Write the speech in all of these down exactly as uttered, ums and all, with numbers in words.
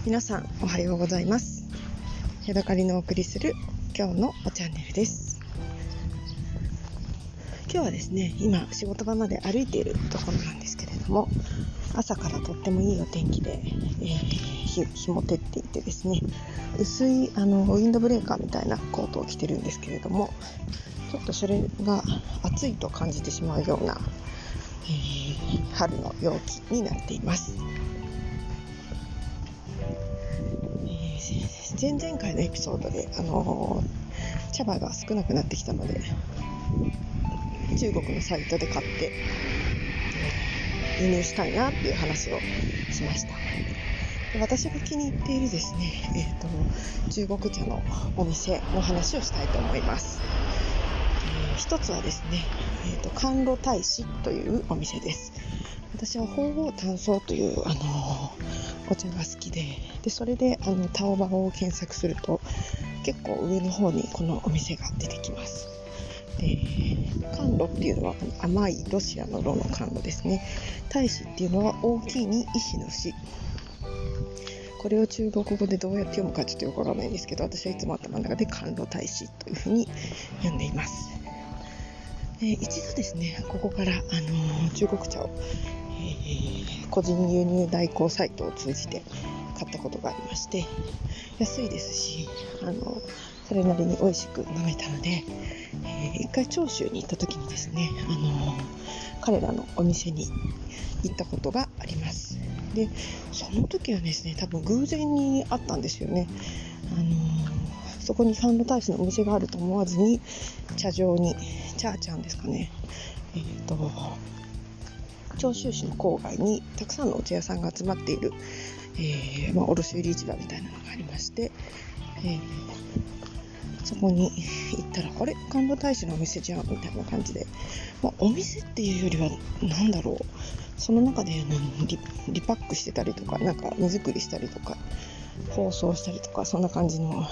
皆さんおはようございます。ヤドカリのお送りする今日のおチャンネルです。今日はですね、今仕事場まで歩いているところなんですけれども、朝からとってもいいお天気で、えー、日, 日も照っていてですね、薄いあのウィンドブレーカーみたいなコートを着てるんですけれども、ちょっとそれが暑いと感じてしまうような、えー、春の陽気になっています。前々回のエピソードで、あのー、茶葉が少なくなってきたので中国のサイトで買って輸入したいなっていう話をしました。で私が気に入っているですね、えーと、中国茶のお店の話をしたいと思います。えー、一つはですね、えーと、甘露大使というお店です。私は鳳凰炭素という、あのーお茶が好きで、でそれであのタオバオを検索すると結構上の方にこのお店が出てきます。で甘露っていうのは甘いロシアのロの甘露ですね。大使っていうのは大きいに石の石、これを中国語でどうやって読むかちょっとよくわからないんですけど、私はいつも頭の中で甘露大使というふうに読んでいます。で一度ですね、ここから、あのー、中国茶をえー、個人輸入代行サイトを通じて買ったことがありまして、安いですし、あのそれなりに美味しく飲めたので、えー、一回長州に行った時にですね、あの彼らのお店に行ったことがあります。でその時はですね、多分偶然にあったんですよね。あのそこに甘露大使のお店があると思わずに、茶場にチャーちゃんですかね、えーと長州市の郊外にたくさんのお茶屋さんが集まっている、えーまあ、卸売市場みたいなのがありまして、えー、そこに行ったら、あれ甘露大使のお店じゃんみたいな感じで、まあ、お店っていうよりはなんだろう、その中であの リ, リパックしてたりとか、なんか荷造りしたりとか包装したりとか、そんな感じの、あの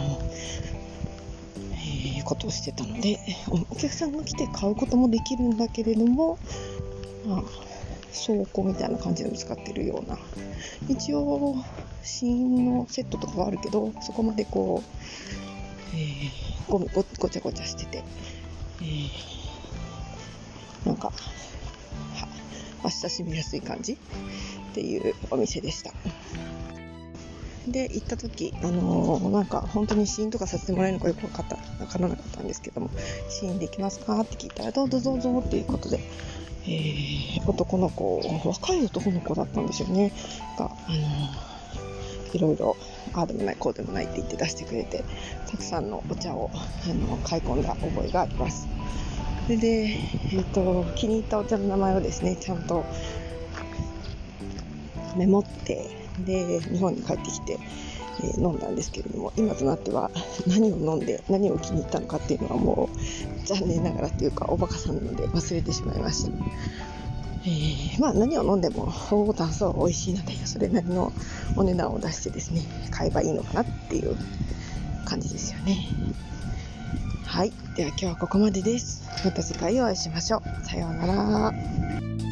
えー、ことをしてたので、お客さんが来て買うこともできるんだけれども、まあ、倉庫みたいな感じで使ってるような、一応試飲のセットとかはあるけど、そこまでこう、えー、ご, ご, ごちゃごちゃしてて、えー、なんかは親しみやすい感じっていうお店でした。で行った時、あのー、なんか本当に試飲とかさせてもらえるのかよく分かった分からなかったんですけども、試飲できますかって聞いたら、どうぞどうぞっていうことで、えー、男の子、若い男の子だったんですよねが、あのー、いろいろああでもないこうでもないって言って出してくれて、たくさんのお茶を、あのー、買い込んだ覚えがあります。で、でえーと、気に入ったお茶の名前をですね、ちゃんとメモって、で日本に帰ってきて、えー、飲んだんですけれども、今となっては何を飲んで何を気に入ったのかっていうのはもう残念ながらっていうかおバカさんなので忘れてしまいました。えー、まあ何を飲んでも鳳凰炭素は美味しいので、それなりのお値段を出してですね買えばいいのかなっていう感じですよね。はい、では今日はここまでです。また次回お会いしましょう。さようなら。